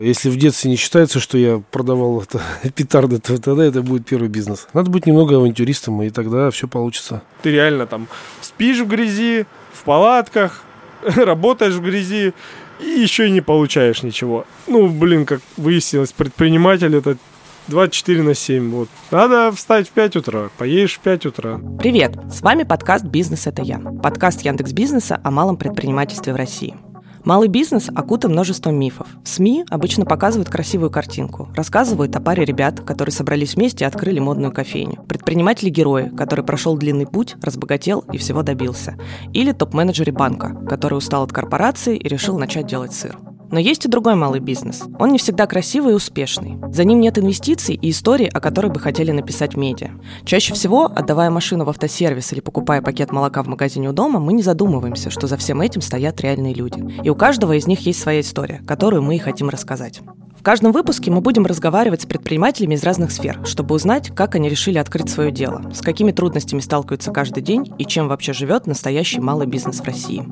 Если в детстве не считается, что я продавал петарды, то тогда это будет первый бизнес. Надо быть немного авантюристом, и тогда все получится. Ты реально там спишь в грязи, в палатках, работаешь в грязи и еще и не получаешь ничего. Как выяснилось, предприниматель — это 24/7. Вот. Надо встать в 5 утра, поешь в 5 утра. Привет, с вами подкаст «Бизнес – это я». Подкаст Яндекс.Бизнеса о малом предпринимательстве в России. Малый бизнес окутан множеством мифов. В СМИ обычно показывают красивую картинку, рассказывают о паре ребят, которые собрались вместе и открыли модную кофейню. Предприниматели-герои, который прошел длинный путь, разбогател и всего добился. Или топ-менеджере банка, который устал от корпорации и решил начать делать сыр. Но есть и другой малый бизнес. Он не всегда красивый и успешный. За ним нет инвестиций и историй, о которой бы хотели написать медиа. Чаще всего, отдавая машину в автосервис или покупая пакет молока в магазине у дома, мы не задумываемся, что за всем этим стоят реальные люди. И у каждого из них есть своя история, которую мы и хотим рассказать. В каждом выпуске мы будем разговаривать с предпринимателями из разных сфер, чтобы узнать, как они решили открыть свое дело, с какими трудностями сталкиваются каждый день и чем вообще живет настоящий малый бизнес в России.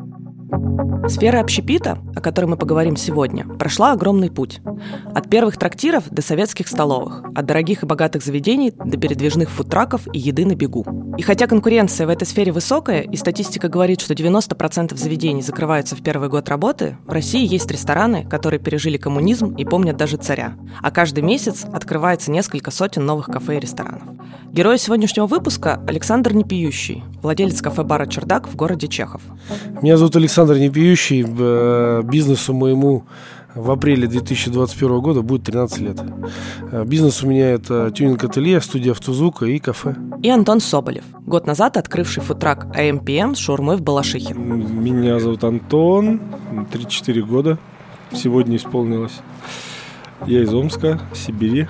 Сфера общепита, о которой мы поговорим сегодня, прошла огромный путь. От первых трактиров до советских столовых, от дорогих и богатых заведений до передвижных фудтраков и еды на бегу. И хотя конкуренция в этой сфере высокая, и статистика говорит, что 90% заведений закрываются в первый год работы, в России есть рестораны, которые пережили коммунизм и помнят даже царя. А каждый месяц открывается несколько сотен новых кафе и ресторанов. Герой сегодняшнего выпуска – Александр Непиющий, владелец кафе-бара «Чердак» в городе Чехов. Меня зовут Александр Непиющий. Бизнесу моему в апреле 2021 года будет 13 лет. Бизнес у меня – это тюнинг-ателье, студия автозвука и кафе. И Антон Соболев, год назад открывший фудтрак АМПМ с шаурмой в Балашихе. Меня зовут Антон, 34 года, сегодня исполнилось. Я из Омска, Сибири.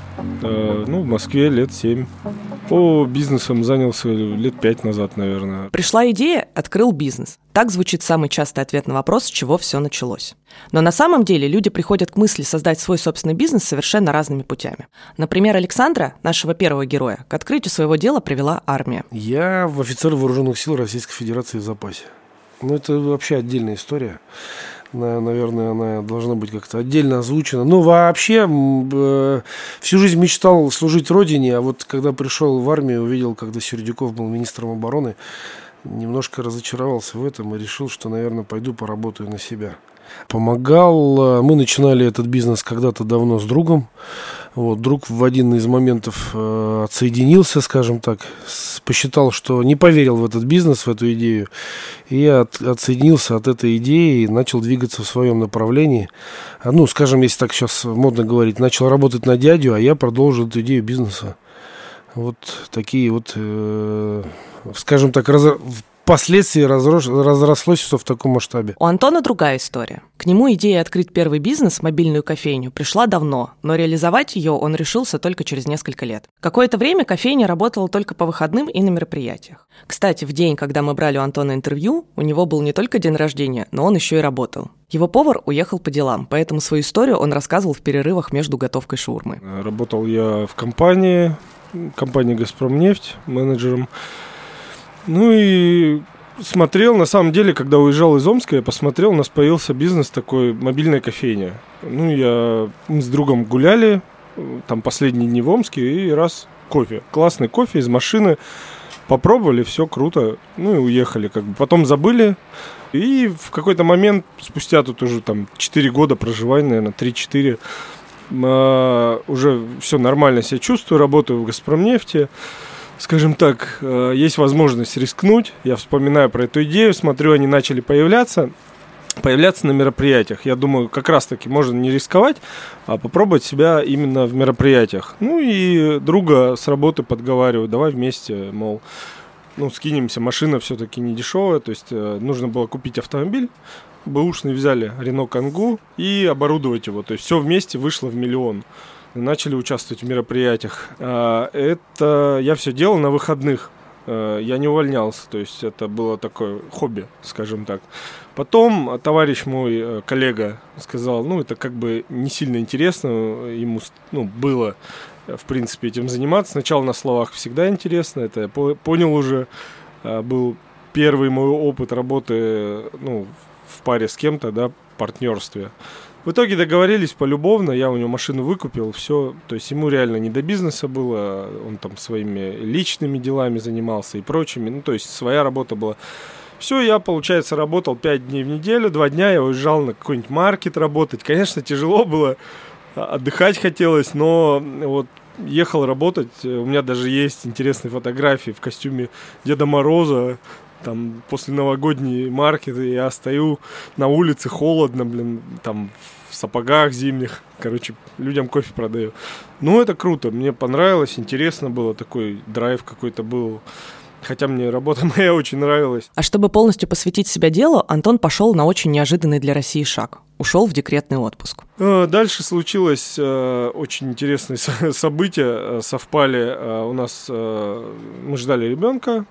В Москве лет 7. По бизнесам занялся лет 5 назад, наверное. Пришла идея, открыл бизнес. Так звучит самый частый ответ на вопрос, с чего все началось. Но на самом деле люди приходят к мысли создать свой собственный бизнес совершенно разными путями. Например, Александра, нашего первого героя, к открытию своего дела привела армия. Я в офицер вооруженных сил Российской Федерации в запасе. Это вообще отдельная история. Наверное, она должна быть как-то отдельно озвучена. Вообще, всю жизнь мечтал служить Родине, а вот когда пришел в армию, увидел, когда Сердюков был министром обороны, немножко разочаровался в этом и решил, что, наверное, пойду поработаю на себя. Помогал. Мы начинали этот бизнес когда-то давно с другом. Друг в один из моментов отсоединился, скажем так, посчитал, что не поверил в этот бизнес, в эту идею, и отсоединился от этой идеи и начал двигаться в своем направлении. Скажем, если так сейчас модно говорить, начал работать на дядю, а я продолжил эту идею бизнеса. Такие скажем так, впоследствии разрослось все в таком масштабе. У Антона другая история. К нему идея открыть первый бизнес, мобильную кофейню, пришла давно, но реализовать ее он решился только через несколько лет. Какое-то время кофейня работала только по выходным и на мероприятиях. Кстати, в день, когда мы брали у Антона интервью, у него был не только день рождения, но он еще и работал. Его повар уехал по делам, поэтому свою историю он рассказывал в перерывах между готовкой шаурмы. Работал я в компании «Газпромнефть» менеджером. И смотрел, на самом деле, когда уезжал из Омска, я посмотрел, у нас появился бизнес такой, мобильная кофейня. Мы с другом гуляли, там последние дни в Омске, и раз кофе. Классный кофе из машины. Попробовали, все круто, и уехали. Потом забыли, и в какой-то момент, спустя тут уже 4 года проживания, наверное, 3-4, уже все нормально себя чувствую, работаю в «Газпромнефти». Скажем так, есть возможность рискнуть. Я вспоминаю про эту идею, смотрю, они начали появляться на мероприятиях. Я думаю, как раз-таки можно не рисковать, а попробовать себя именно в мероприятиях. И друга с работы подговариваю, давай вместе, мол, скинемся, машина все-таки не дешевая, то есть нужно было купить автомобиль. Бэушный взяли, Renault Kangoo, и оборудовать его. То есть все вместе вышло в 1 миллион. Начали участвовать в мероприятиях. Это я все делал на выходных. Я не увольнялся. То есть это было такое хобби, скажем так. Потом товарищ мой, коллега, сказал, это не сильно интересно. Ему было, в принципе, этим заниматься. Сначала на словах всегда интересно. Это я понял уже. Был первый мой опыт работы в паре с кем-то, в партнерстве. В итоге договорились полюбовно, я у него машину выкупил, все, то есть ему реально не до бизнеса было, он там своими личными делами занимался и прочими, ну, то есть своя работа была. Все, я, получается, работал 5 дней в неделю, 2 дня я уезжал на какой-нибудь маркет работать. Конечно, тяжело было, отдыхать хотелось, но вот ехал работать, у меня даже есть интересные фотографии в костюме Деда Мороза, там после новогодней маркеты я стою на улице, холодно, там в сапогах зимних, короче, людям кофе продаю. Ну, это круто, мне понравилось, интересно было, такой драйв какой-то был. Хотя мне работа моя очень нравилась. А чтобы полностью посвятить себя делу, Антон пошел на очень неожиданный для России шаг. Ушел в декретный отпуск. Дальше случилось очень интересные события. Совпали у нас, мы ждали ребенка,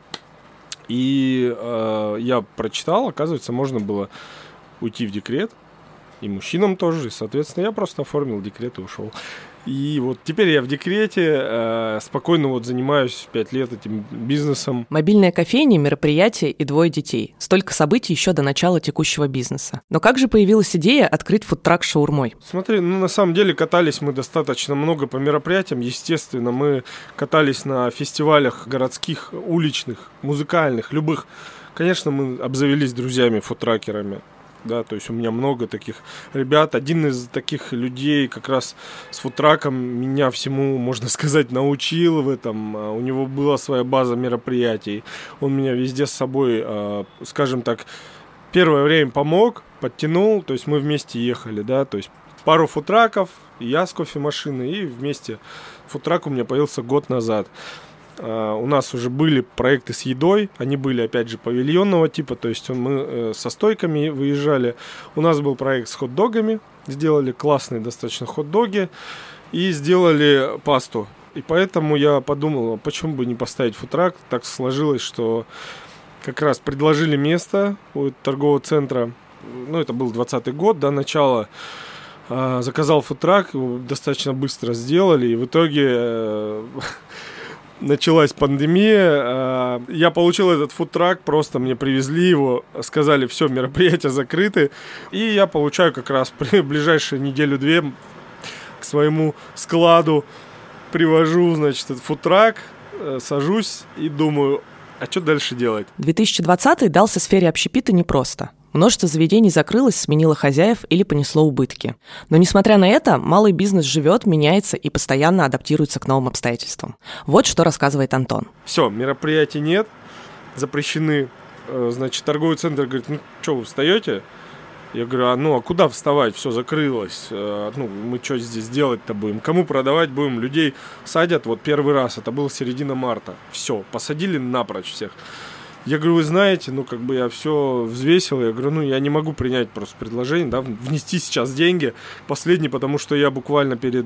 и я прочитал, оказывается, можно было уйти в декрет, и мужчинам тоже, и, соответственно, я просто оформил декрет и ушел. И вот теперь я в декрете, спокойно вот занимаюсь 5 лет этим бизнесом. Мобильная кофейня, мероприятия и 2 детей. Столько событий еще до начала текущего бизнеса. Но как же появилась идея открыть фудтрак с шаурмой? Смотри, на самом деле катались мы достаточно много по мероприятиям. Естественно, мы катались на фестивалях городских, уличных, музыкальных, любых. Конечно, мы обзавелись друзьями-фудтракерами. Да, то есть у меня много таких ребят. Один из таких людей как раз с фудтраком меня всему, можно сказать, научил в этом. У него была своя база мероприятий. Он меня везде с собой, скажем так, первое время помог, подтянул. То есть мы вместе ехали, да, то есть пару фудтраков, я с кофемашиной, и вместе фудтрак у меня появился год назад. У нас уже были проекты с едой, они были, опять же, павильонного типа, то есть мы со стойками выезжали. У нас был проект с хот-догами, сделали классные достаточно хот-доги и сделали пасту. И поэтому я подумал, почему бы не поставить фудтрак. Так сложилось, что как раз предложили место у торгового центра, ну, это был 2020 год, да, начало. Заказал фудтрак, достаточно быстро сделали, и в итоге... Началась пандемия, я получил этот фудтрак, просто мне привезли его, сказали, все, мероприятия закрыты, и я получаю как раз в ближайшие неделю-две к своему складу, привожу, значит, этот фудтрак, сажусь и думаю, а что дальше делать? 2020-й дался сфере общепита непросто. Множество заведений закрылось, сменило хозяев или понесло убытки. Но, несмотря на это, малый бизнес живет, меняется и постоянно адаптируется к новым обстоятельствам. Вот что рассказывает Антон. Все, мероприятий нет, запрещены. Значит, торговый центр говорит, ну что, вы встаете? Я говорю, а куда вставать? Все закрылось. Мы что здесь делать-то будем? Кому продавать будем? Людей садят вот первый раз, это было середина марта. Все, посадили напрочь всех. Я говорю, вы знаете, я все взвесил, я говорю, я не могу принять просто предложение, да, внести сейчас деньги, последний, потому что я буквально перед,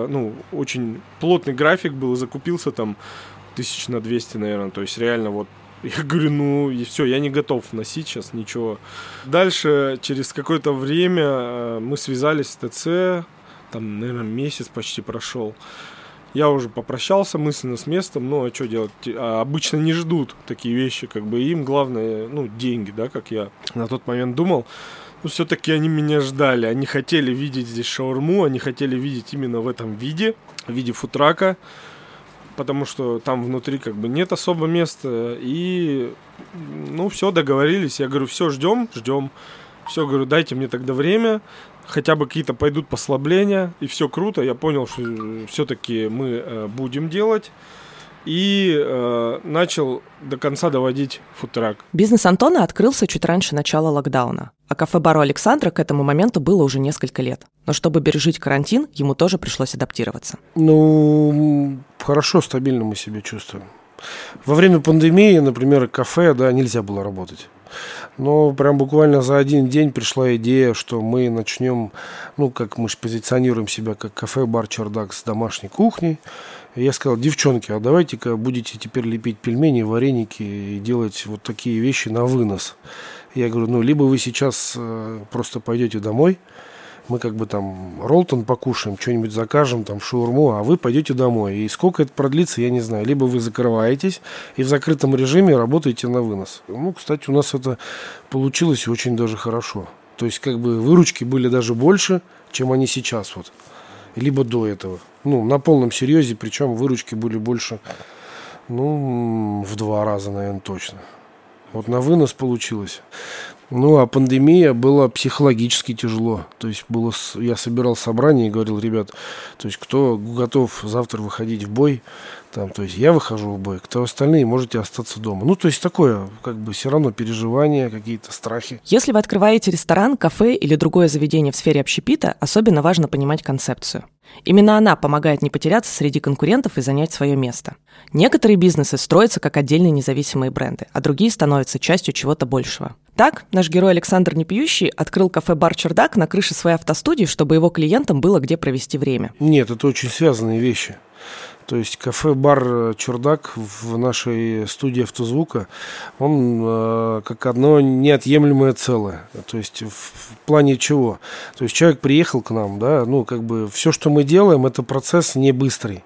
очень плотный график был, закупился там 1200, наверное, то есть реально вот, я говорю, и все, я не готов вносить сейчас ничего. Дальше, через какое-то время мы связались с ТЦ, там, наверное, месяц почти прошел. Я уже попрощался мысленно с местом, а что делать? Обычно не ждут такие вещи, им главное, деньги, да, как я на тот момент думал. Но все-таки они меня ждали, они хотели видеть здесь шаурму, они хотели видеть именно в этом виде, в виде фудтрака, потому что там внутри нет особо места, и, все, договорились. Я говорю, все, ждем. Все, говорю, дайте мне тогда время, хотя бы какие-то пойдут послабления, и все круто. Я понял, что все-таки мы будем делать, и начал до конца доводить фудтрак. Бизнес Антона открылся чуть раньше начала локдауна, а кафе-бару Александра к этому моменту было уже несколько лет. Но чтобы пережить карантин, ему тоже пришлось адаптироваться. Хорошо, стабильно мы себя чувствуем. Во время пандемии, например, кафе, нельзя было работать. Но прям буквально за один день пришла идея, что мы начнем, как мы же позиционируем себя как кафе-бар «Чердак» с домашней кухней. И я сказал, девчонки, а давайте-ка будете теперь лепить пельмени, вареники и делать вот такие вещи на вынос. Я говорю, либо вы сейчас просто пойдете домой, мы там роллтон покушаем, что-нибудь закажем, шаурму, а вы пойдете домой. И сколько это продлится, я не знаю. Либо вы закрываетесь и в закрытом режиме работаете на вынос. Кстати, у нас это получилось очень даже хорошо. То есть, как бы, выручки были даже больше, чем они сейчас, вот. Либо до этого. Ну, на полном серьезе, причем выручки были больше, ну, в 2 раза, наверное, точно. Вот на вынос получилось. Ну, а пандемия была психологически тяжело. То есть я собирал собрание и говорил: ребят, то есть кто готов завтра выходить в бой, там, то есть я выхожу в бой, кто остальные, можете остаться дома. Ну, то есть такое, как бы, все равно переживания, какие-то страхи. Если вы открываете ресторан, кафе или другое заведение в сфере общепита, особенно важно понимать концепцию. Именно она помогает не потеряться среди конкурентов и занять свое место. Некоторые бизнесы строятся как отдельные независимые бренды, а другие становятся частью чего-то большего. Так, наш герой Александр Непьющий открыл кафе-бар «Чердак» на крыше своей автостудии, чтобы его клиентам было где провести время. Нет, это очень связанные вещи. То есть кафе-бар «Чердак» в нашей студии «Автозвука», он как одно неотъемлемое целое. То есть в плане чего? То есть человек приехал к нам, да, ну, как бы все, что мы делаем, это процесс не быстрый.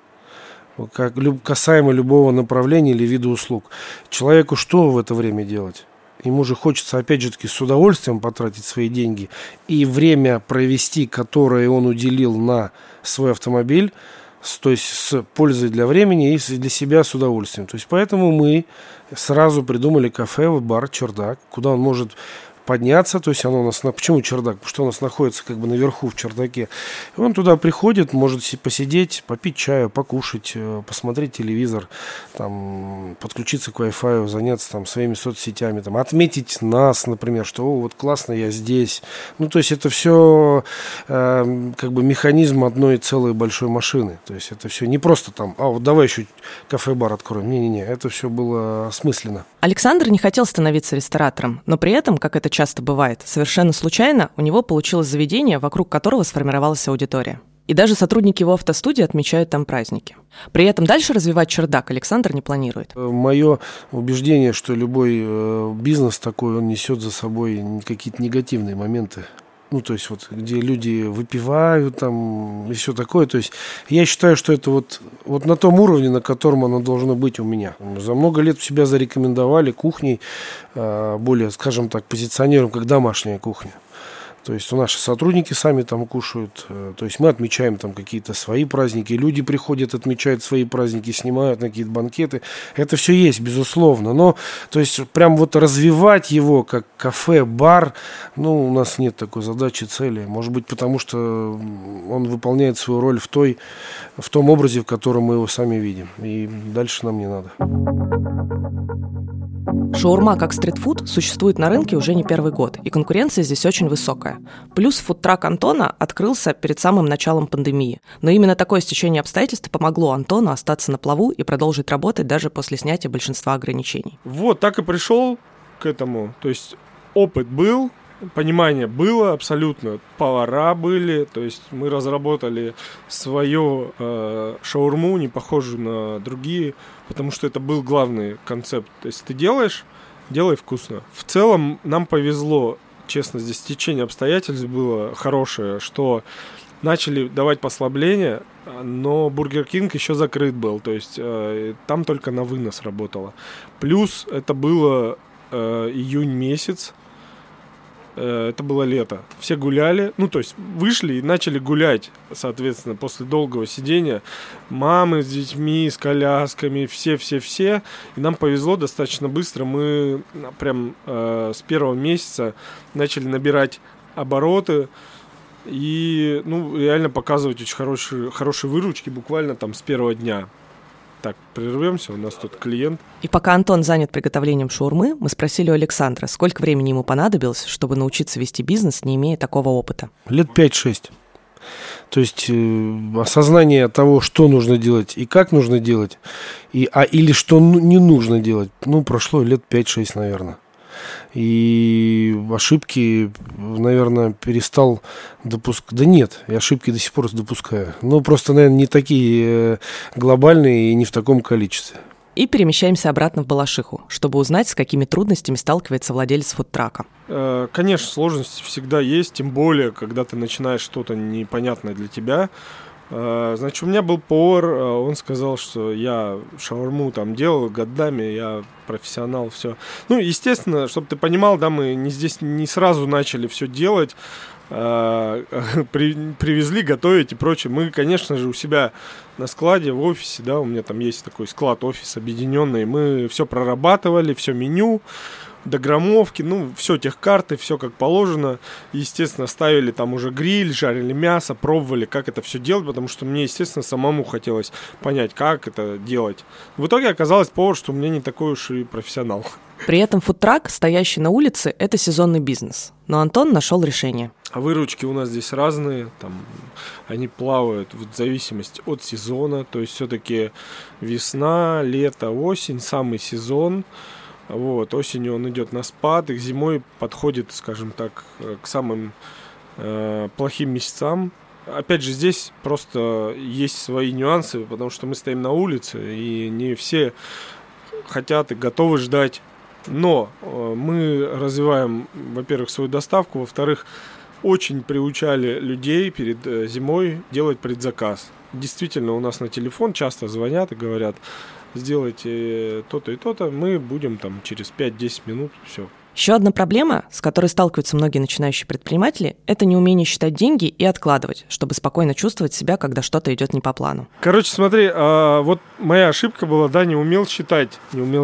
Касаемо любого направления или вида услуг. Человеку что в это время делать? Ему же хочется, опять же таки, с удовольствием потратить свои деньги и время провести, которое он уделил на свой автомобиль, то есть с пользой для времени и для себя с удовольствием. То есть поэтому мы сразу придумали кафе, бар «Чердак», куда он может подняться, то есть оно у нас почему чердак? Потому что у нас находится как бы наверху в чердаке. И он туда приходит, может посидеть, попить чаю, покушать, посмотреть телевизор, там, подключиться к Wi-Fi, заняться там своими соцсетями, там, отметить нас, например, что вот классно, я здесь. Ну, то есть это все как бы механизм одной целой большой машины. То есть это все не просто там, вот давай еще кафе-бар откроем. Не-не-не, это все было осмысленно. Александр не хотел становиться ресторатором, но при этом, как это часто бывает, совершенно случайно у него получилось заведение, вокруг которого сформировалась аудитория. И даже сотрудники его автостудии отмечают там праздники. При этом дальше развивать «Чердак» Александр не планирует. Мое убеждение, что любой бизнес такой, он несет за собой какие-то негативные моменты. Ну, то есть, вот, где люди выпивают там и все такое. То есть, я считаю, что это вот на том уровне, на котором оно должно быть у меня. За много лет себя зарекомендовали кухней, более, скажем так, позиционируем как домашняя кухня. То есть, наши сотрудники сами там кушают. То есть, мы отмечаем там какие-то свои праздники. Люди приходят, отмечают свои праздники, снимают на какие-то банкеты. Это все есть, безусловно. Но, то есть, прям вот развивать его как кафе, бар, ну, у нас нет такой задачи, цели. Может быть, потому что он выполняет свою роль в том образе, в котором мы его сами видим. И дальше нам не надо. Шаурма как стритфуд существует на рынке уже не первый год, и конкуренция здесь очень высокая. Плюс фудтрак Антона открылся перед самым началом пандемии. Но именно такое стечение обстоятельств помогло Антону остаться на плаву и продолжить работать даже после снятия большинства ограничений. Вот, так и пришел к этому. То есть опыт был, понимание было абсолютно, повара были, то есть мы разработали свою шаурму, не похожую на другие, потому что это был главный концепт. То есть ты делаешь, делай вкусно. В целом нам повезло, честно, здесь течение обстоятельств было хорошее, что начали давать послабления, но Бургер Кинг еще закрыт был, то есть там только на вынос работало. Плюс это было июнь месяц, это было лето. Все гуляли, ну, то есть вышли и начали гулять, соответственно, после долгого сидения. Мамы с детьми, с колясками, все. И нам повезло достаточно быстро. Мы прям с первого месяца начали набирать обороты и, ну, реально показывать очень хорошие выручки буквально там с первого дня. Так, прервемся, у нас тут клиент. И пока Антон занят приготовлением шаурмы, мы спросили у Александра, сколько времени ему понадобилось, чтобы научиться вести бизнес, не имея такого опыта. Лет 5-6. То есть осознание того, что нужно делать и как нужно делать, или что не нужно делать, прошло лет 5-6, наверное. И ошибки, наверное, перестал допускать. Да нет, я ошибки до сих пор допускаю. Просто, наверное, не такие глобальные и не в таком количестве. И перемещаемся обратно в Балашиху, чтобы узнать, с какими трудностями сталкивается владелец фудтрака. Конечно, сложности всегда есть, тем более, когда ты начинаешь что-то непонятное для тебя. Значит, у меня был повар, он сказал, что я шаурму там делал годами, я профессионал, все. Ну, естественно, чтобы ты понимал, да, мы здесь не сразу начали все делать, привезли готовить и прочее. Мы, конечно же, у себя на складе, в офисе, да, у меня там есть такой склад-офис объединенный, мы все прорабатывали, все меню, до граммовки, ну, все техкарты, все как положено. Естественно, ставили там уже гриль, жарили мясо, пробовали, как это все делать, потому что мне, естественно, самому хотелось понять, как это делать. В итоге оказалось, повар, что у меня не такой уж и профессионал. При этом фудтрак, стоящий на улице, это сезонный бизнес. Но Антон нашел решение. А выручки у нас здесь разные, там, они плавают в зависимости от сезона, то есть все-таки весна, лето, осень, самый сезон. Вот, осенью он идет на спад, и зимой подходит, скажем так, к самым плохим месяцам. Опять же, здесь просто есть свои нюансы, потому что мы стоим на улице, и не все хотят и готовы ждать. Но мы развиваем, во-первых, свою доставку, во-вторых, очень приучали людей перед зимой делать предзаказ. Действительно, у нас на телефон часто звонят и говорят: сделайте то-то и то-то, мы будем там через 5-10 минут, все. Еще одна проблема, с которой сталкиваются многие начинающие предприниматели, это неумение считать деньги и откладывать, чтобы спокойно чувствовать себя, когда что-то идет не по плану. Короче, смотри, вот моя ошибка была, да, не умел считать,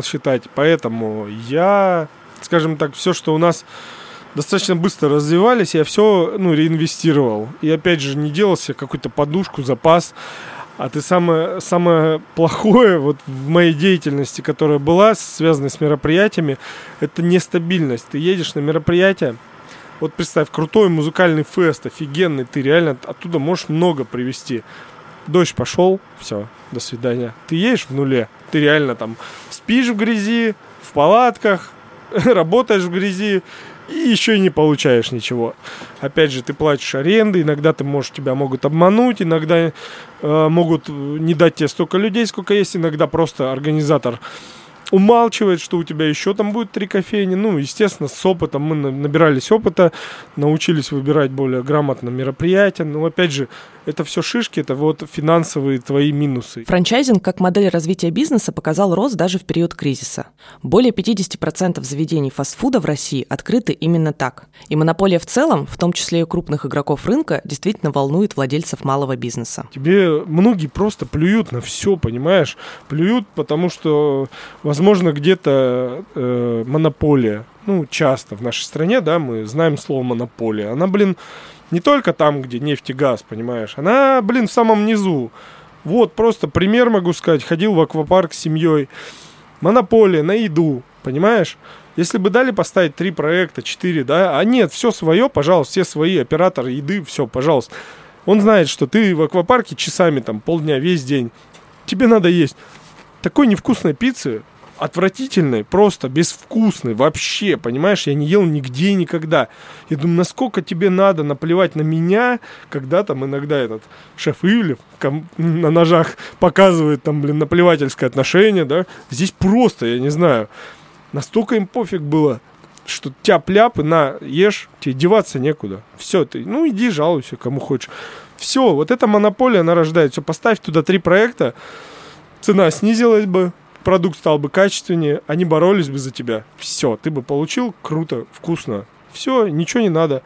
поэтому я, скажем так, все, что у нас достаточно быстро развивались, я все, реинвестировал. И опять же, не делал себе какую-то подушку, запас. А ты самое плохое вот в моей деятельности, которая была связана с мероприятиями, это нестабильность. Ты едешь на мероприятие, вот представь, крутой музыкальный фест, офигенный, ты реально оттуда можешь много привезти. Дождь пошел, все, до свидания. Ты едешь в нуле, ты реально там спишь в грязи, в палатках, работаешь в грязи, и еще и не получаешь ничего. Опять же, ты платишь аренды, иногда тебя могут обмануть, иногда могут не дать тебе столько людей, сколько есть, иногда просто организатор умалчивает, что у тебя еще там будет 3 кофейни. Естественно, с опытом мы набирались опыта, научились выбирать более грамотно мероприятия. Но, опять же, это все шишки, это вот финансовые твои минусы. Франчайзинг как модель развития бизнеса показал рост даже в период кризиса. Более 50% заведений фастфуда в России открыты именно так. И монополия в целом, в том числе и крупных игроков рынка, действительно волнует владельцев малого бизнеса. Тебе многие просто плюют на все, понимаешь? Плюют, потому что, возможно, где-то монополия. Часто в нашей стране, да, мы знаем слово монополия. Она, не только там, где нефть и газ, понимаешь? Она, в самом низу. Вот, просто пример могу сказать. Ходил в аквапарк с семьей. Монополия на еду, понимаешь? Если бы дали поставить 3 проекта, 4, да? А нет, все свое, пожалуйста, все свои операторы еды, все, пожалуйста. Он знает, что ты в аквапарке часами, там, полдня, весь день. Тебе надо есть такой невкусной пиццы, отвратительной, просто безвкусной, вообще, понимаешь, я не ел нигде никогда. Я думаю, насколько тебе надо наплевать на меня, когда там иногда этот шеф Ивлев на ножах показывает там, наплевательское отношение, да. Здесь просто, я не знаю, настолько им пофиг было, что тяп-ляп, ешь, тебе деваться некуда. Все, ты, иди жалуйся, кому хочешь. Все, вот эта монополия, она рождает. Все, поставь туда 3 проекта, цена снизилась бы, продукт стал бы качественнее, они боролись бы за тебя. Все, ты бы получил круто, вкусно. Все, ничего не надо.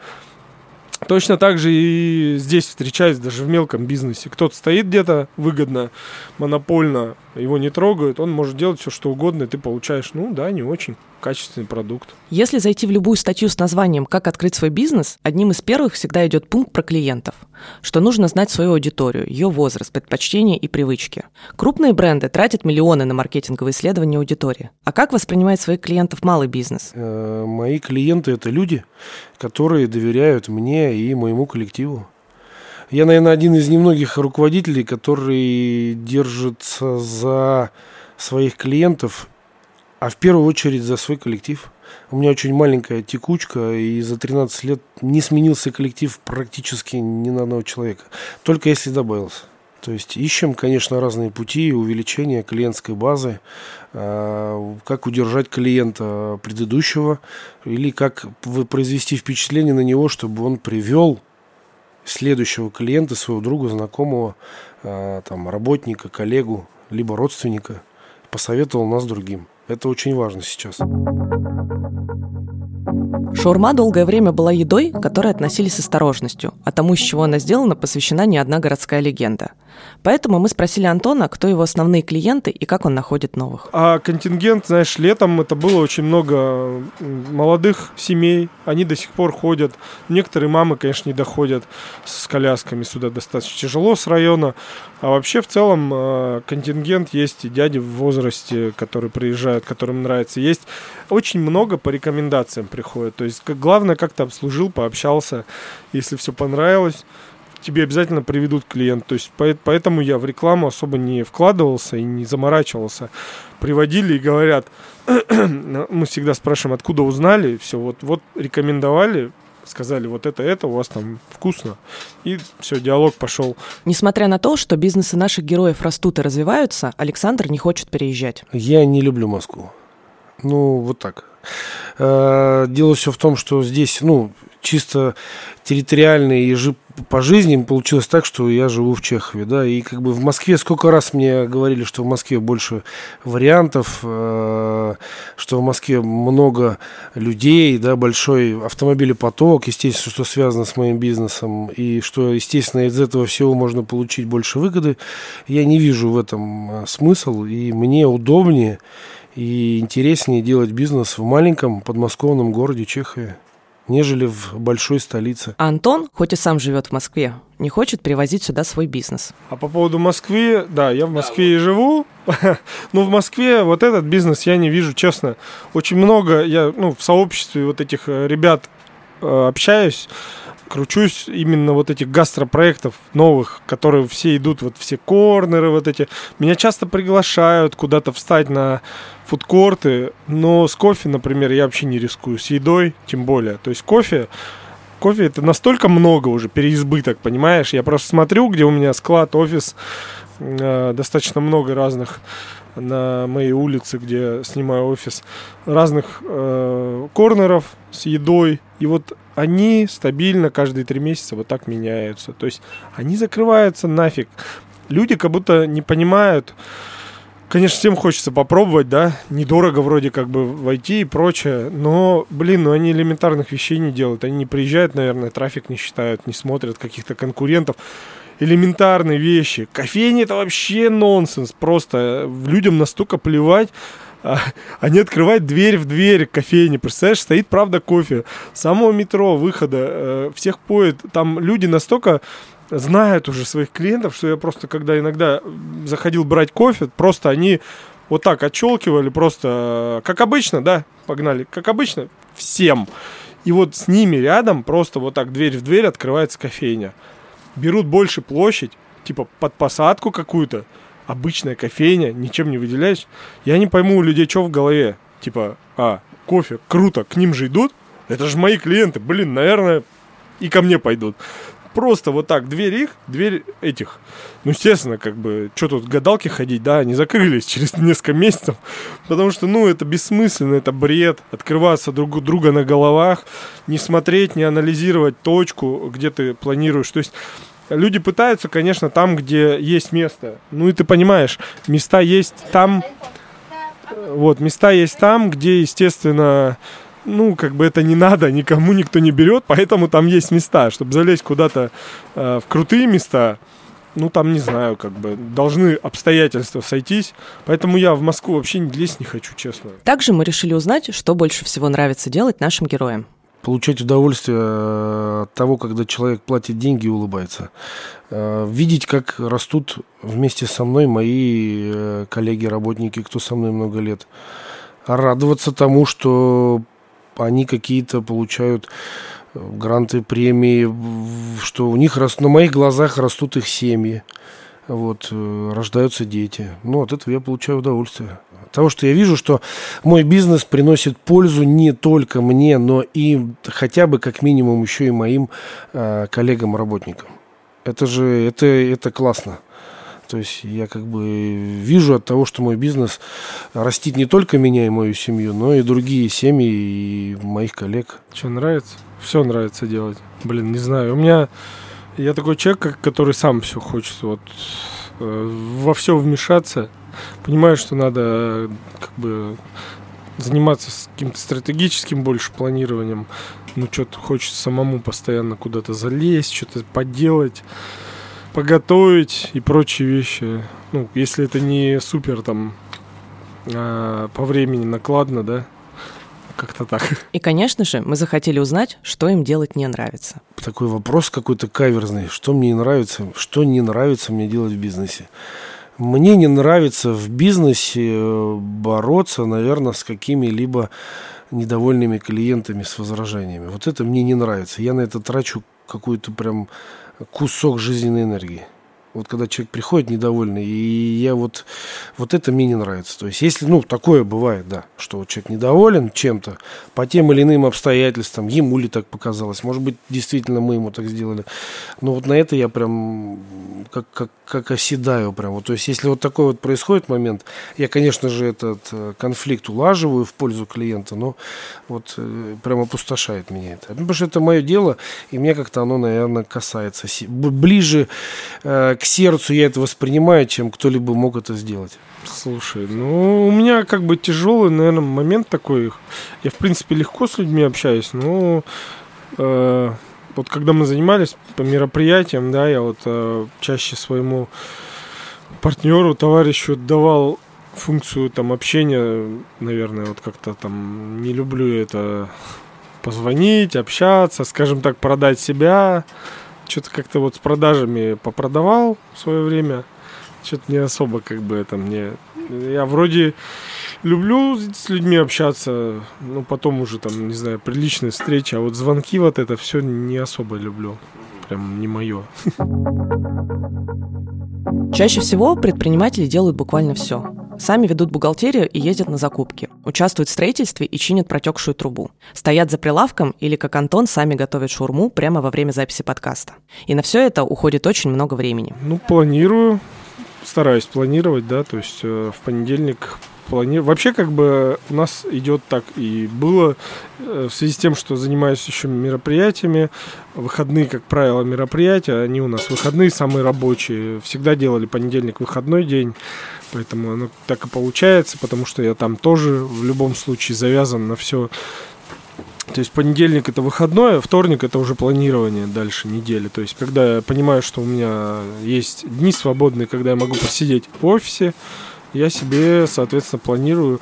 Точно так же и здесь встречаюсь, даже в мелком бизнесе. Кто-то стоит где-то выгодно, монопольно, его не трогают, он может делать все, что угодно, и ты получаешь, не очень качественный продукт. Если зайти в любую статью с названием «Как открыть свой бизнес», одним из первых всегда идет пункт про клиентов, что нужно знать свою аудиторию, ее возраст, предпочтения и привычки. Крупные бренды тратят миллионы на маркетинговые исследования аудитории. А как воспринимает своих клиентов малый бизнес? Мои клиенты – это люди, которые доверяют мне и моему коллективу. Я, наверное, один из немногих руководителей, который держится за своих клиентов, а в первую очередь за свой коллектив. У меня очень маленькая текучка, и за 13 лет не сменился коллектив практически ни на одного человека. Только если добавился. То есть ищем, конечно, разные пути увеличения клиентской базы, как удержать клиента предыдущего, или как произвести впечатление на него, чтобы он привел следующего клиента, своего друга, знакомого, там, работника, коллегу, либо родственника, посоветовал нас другим. Это очень важно сейчас. Шаурма долгое время была едой, к которой относились с осторожностью, а тому, из чего она сделана, посвящена не одна городская легенда. Поэтому мы спросили Антона, кто его основные клиенты и как он находит новых. А контингент, знаешь, летом это было очень много молодых семей, они до сих пор ходят. Некоторые мамы, конечно, не доходят с колясками сюда достаточно тяжело с района. А вообще в целом контингент есть и дяди в возрасте, которые приезжают, которым нравится. Есть очень много по рекомендациям приходят. То есть главное, как-то обслужил, пообщался. Если все понравилось, тебе обязательно приведут клиент. То есть поэтому я в рекламу особо не вкладывался и не заморачивался. Приводили и говорят, мы всегда спрашиваем, откуда узнали, все, вот рекомендовали, сказали, вот это у вас там вкусно. И все, диалог пошел. Несмотря на то, что бизнесы наших героев растут и развиваются, Александр не хочет переезжать. Я не люблю Москву. Вот так. Дело все в том, что здесь, чисто территориально и по жизни получилось так, что я живу в Чехове, да, и как бы в Москве сколько раз мне говорили, что в Москве больше вариантов, что в Москве много людей, да, большой автомобилепоток, естественно, что связано с моим бизнесом, и что, естественно, из этого всего можно получить больше выгоды. Я не вижу в этом смысл, и мне удобнее и интереснее делать бизнес в маленьком подмосковном городе Чехове, нежели в большой столице. А Антон, хоть и сам живет в Москве, не хочет привозить сюда свой бизнес. А по поводу Москвы, да, я в Москве и живу, но в Москве вот этот бизнес я не вижу, честно. Очень много, я в сообществе вот этих ребят общаюсь, кручусь именно вот этих гастропроектов новых, которые все идут, вот все корнеры вот эти. Меня часто приглашают куда-то встать на фудкорты, но с кофе, например, я вообще не рискую, с едой тем более. То есть кофе это настолько много уже, переизбыток, понимаешь? Я просто смотрю, где у меня склад, офис, достаточно много разных на моей улице, где снимаю офис, разных корнеров с едой. И вот они стабильно каждые 3 месяца вот так меняются. То есть они закрываются нафиг. Люди как будто не понимают. Конечно, всем хочется попробовать, да, недорого вроде как бы войти и прочее, но, они элементарных вещей не делают. Они не приезжают, наверное, трафик не считают, не смотрят каких-то конкурентов. Элементарные вещи. Кофейня — это вообще нонсенс. Просто людям настолько плевать. Они открывают дверь в дверь к кофейне. Представляешь, стоит, правда, кофе. С самого метро, выхода, всех поет. Там люди настолько знают уже своих клиентов, что я просто, когда иногда заходил брать кофе, просто они вот так отщелкивали, просто как обычно, да, погнали, как обычно, всем. И вот с ними рядом просто вот так дверь в дверь открывается кофейня. Берут больше площадь, типа под посадку какую-то, обычная кофейня, ничем не выделяешь. Я не пойму у людей, что в голове. Типа, кофе, круто, к ним же идут. Это же мои клиенты, наверное, и ко мне пойдут. Просто вот так, дверь их, дверь этих. Естественно, что тут гадалки ходить, да, они закрылись через несколько месяцев. Потому что, это бессмысленно, это бред. Открываться друг у друга на головах, не смотреть, не анализировать точку, где ты планируешь. То есть люди пытаются, конечно, там, где есть место. И ты понимаешь, места есть там, где, естественно, это не надо, никому никто не берет, поэтому там есть места. Чтобы залезть куда-то в крутые места, там, не знаю, должны обстоятельства сойтись. Поэтому я в Москву вообще лезть не хочу, честно. Также мы решили узнать, что больше всего нравится делать нашим героям. Получать удовольствие от того, когда человек платит деньги и улыбается. Видеть, как растут вместе со мной мои коллеги, работники, кто со мной много лет. Радоваться тому, что они какие-то получают гранты, премии, что у них на моих глазах растут их семьи. Рождаются дети. От этого я получаю удовольствие. От того, что я вижу, что мой бизнес приносит пользу не только мне, но и хотя бы как минимум еще и моим коллегам-работникам. Это классно. То есть я вижу от того, что мой бизнес растит не только меня и мою семью, но и другие семьи и моих коллег. Что нравится? Все нравится делать. Не знаю. Я такой человек, который сам все хочет вот, во все вмешаться. Понимаю, что надо как бы заниматься каким-то стратегическим больше планированием. Ну, что-то хочется самому постоянно куда-то залезть, что-то поделать, поготовить и прочие вещи. Ну, если это не супер там по времени накладно, да, как-то так. И, конечно же, мы захотели узнать, что им делать не нравится. Такой вопрос какой-то каверзный. Что мне нравится, что не нравится мне делать в бизнесе? Мне не нравится в бизнесе бороться, наверное, с какими-либо недовольными клиентами, с возражениями. Вот это мне не нравится. Я на это трачу какой-то прям кусок жизненной энергии. Вот когда человек приходит недовольный, и я вот это мне не нравится. То есть, если, такое бывает, да, что вот человек недоволен чем-то по тем или иным обстоятельствам, ему ли так показалось, может быть, действительно мы ему так сделали. Но вот на это я прям как оседаю прям. Вот, то есть, если вот такой вот происходит момент, я, конечно же, этот конфликт улаживаю в пользу клиента, но вот прям опустошает меня это. Потому что это мое дело, и мне как-то оно, наверное, касается. Ближе к сердцу я это воспринимаю, чем кто-либо мог это сделать. Слушай, у меня как бы тяжелый, наверное, момент такой. Я, в принципе, легко с людьми общаюсь, но вот когда мы занимались по мероприятиям, да, я вот чаще своему партнеру, товарищу давал функцию там общения, наверное, вот как-то там не люблю это позвонить, общаться, скажем так, продать себя. Что-то как-то вот с продажами попродавал в свое время. Что-то не особо как бы это мне... Я вроде люблю с людьми общаться, но потом уже там, не знаю, приличные встречи. А вот звонки вот это все не особо люблю. Прям не мое. Чаще всего предприниматели делают буквально все. Сами ведут бухгалтерию и ездят на закупки. Участвуют в строительстве и чинят протекшую трубу. Стоят за прилавком или, как Антон, сами готовят шаурму прямо во время записи подкаста. И на все это уходит очень много времени. Планирую. Стараюсь планировать, да. То есть в понедельник планирую. Вообще, как бы у нас идет так и было в связи с тем, что занимаюсь еще мероприятиями. Выходные, как правило, мероприятия, они у нас выходные самые рабочие. Всегда делали понедельник выходной день. Поэтому оно так и получается, потому что я там тоже в любом случае завязан на все. То есть понедельник это выходной, а вторник это уже планирование дальше недели. То есть когда я понимаю, что у меня есть дни свободные, когда я могу посидеть в офисе, я себе, соответственно, планирую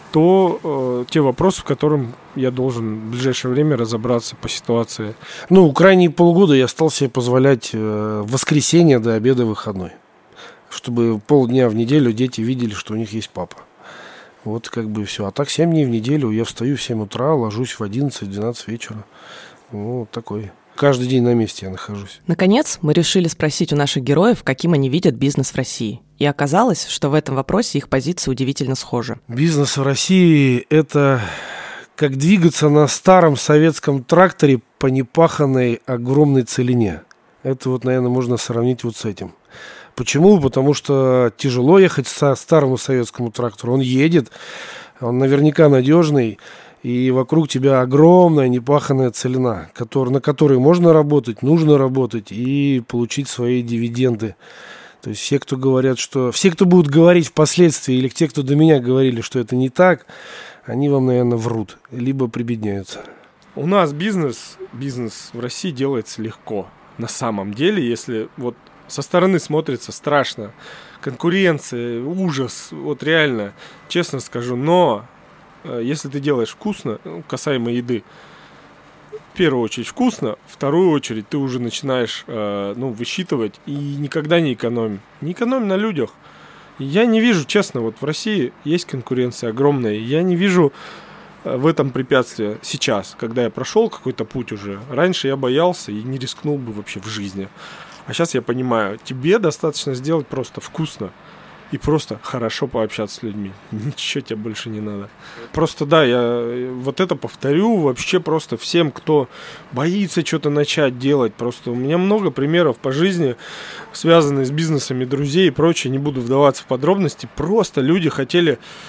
те вопросы, в котором я должен в ближайшее время разобраться по ситуации. Крайние полгода я стал себе позволять воскресенье до обеда выходной. Чтобы полдня в неделю дети видели, что у них есть папа. Вот как бы все. А так 7 дней в неделю я встаю в 7 утра, ложусь в 11-12 вечера. Вот такой. Каждый день на месте я нахожусь. Наконец, мы решили спросить у наших героев, каким они видят бизнес в России. И оказалось, что в этом вопросе их позиции удивительно схожи. Бизнес в России – это как двигаться на старом советском тракторе по непаханной огромной целине. Это вот, наверное, можно сравнить вот с этим. Почему? Потому что тяжело ехать со старому советскому трактору. Он едет, он наверняка надежный, и вокруг тебя огромная непаханная целина, на которой можно работать, нужно работать и получить свои дивиденды. То есть все, кто будут говорить впоследствии, или те, кто до меня говорили, что это не так, они вам, наверное, врут, либо прибедняются. У нас бизнес в России делается легко. На самом деле, если вот со стороны смотрится страшно. Конкуренция, ужас, вот реально, честно скажу. Но если ты делаешь вкусно, касаемо еды, в первую очередь вкусно, в вторую очередь ты уже начинаешь высчитывать и никогда не экономь. Не экономь на людях. Я не вижу, честно, вот в России есть конкуренция огромная. Я не вижу в этом препятствия сейчас, когда я прошел какой-то путь уже. Раньше я боялся и не рискнул бы вообще в жизни. А сейчас я понимаю, тебе достаточно сделать просто вкусно и просто хорошо пообщаться с людьми. Ничего тебе больше не надо. Просто да, я вот это повторю вообще просто всем, кто боится что-то начать делать. Просто у меня много примеров по жизни, связанных с бизнесами друзей и прочее. Не буду вдаваться в подробности. Просто люди хотели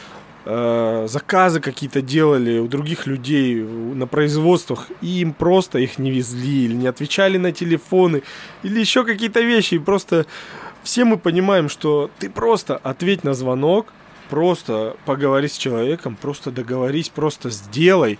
заказы какие-то делали у других людей на производствах, и им просто их не везли, или не отвечали на телефоны, или еще какие-то вещи. И просто все мы понимаем, что ты просто ответь на звонок, просто поговори с человеком, просто договорись, просто сделай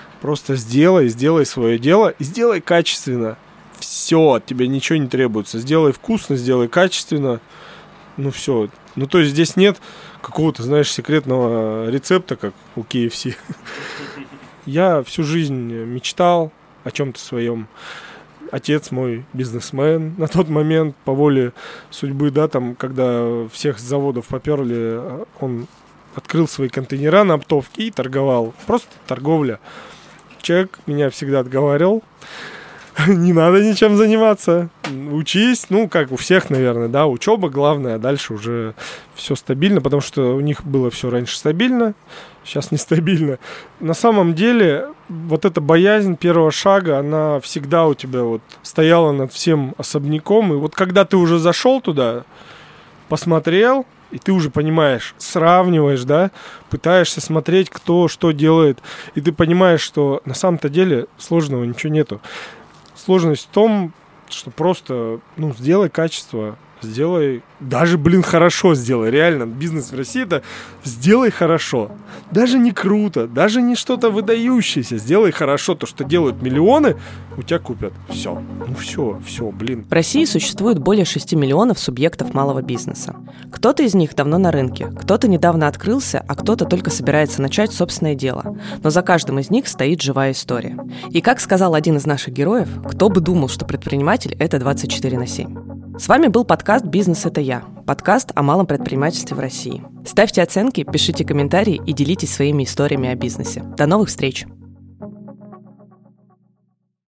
свое дело и сделай качественно. Все, от тебя ничего не требуется. Сделай вкусно, сделай качественно. Ну все. Ну то есть здесь нет какого-то, знаешь, секретного рецепта, как у KFC. Я всю жизнь мечтал о чем-то своем. Отец мой бизнесмен на тот момент, по воле судьбы, да, там, когда всех с заводов поперли, он открыл свои контейнера на оптовке и торговал. Просто торговля. Человек меня всегда отговаривал. Не надо ничем заниматься. Учись, ну, как у всех, наверное, да, учеба главное, а дальше уже все стабильно, потому что у них было все раньше стабильно, сейчас нестабильно. На самом деле, вот эта боязнь первого шага, она всегда у тебя вот стояла над всем особняком, и вот когда ты уже зашел туда, посмотрел, и ты уже понимаешь, сравниваешь, да, пытаешься смотреть, кто что делает, и ты понимаешь, что на самом-то деле сложного ничего нету. Сложность в том, что просто, ну, сделай качество, сделай, даже, хорошо сделай, реально, бизнес в России это сделай хорошо, даже не круто, даже не что-то выдающееся, сделай хорошо, то, что делают миллионы, у тебя купят, все, блин. В России существует более 6 миллионов субъектов малого бизнеса. Кто-то из них давно на рынке, кто-то недавно открылся, а кто-то только собирается начать собственное дело, но за каждым из них стоит живая история. И как сказал один из наших героев, кто бы думал, что предприниматель – это 24/7. С вами был подкаст «Бизнес – это я», подкаст о малом предпринимательстве в России. Ставьте оценки, пишите комментарии и делитесь своими историями о бизнесе. До новых встреч!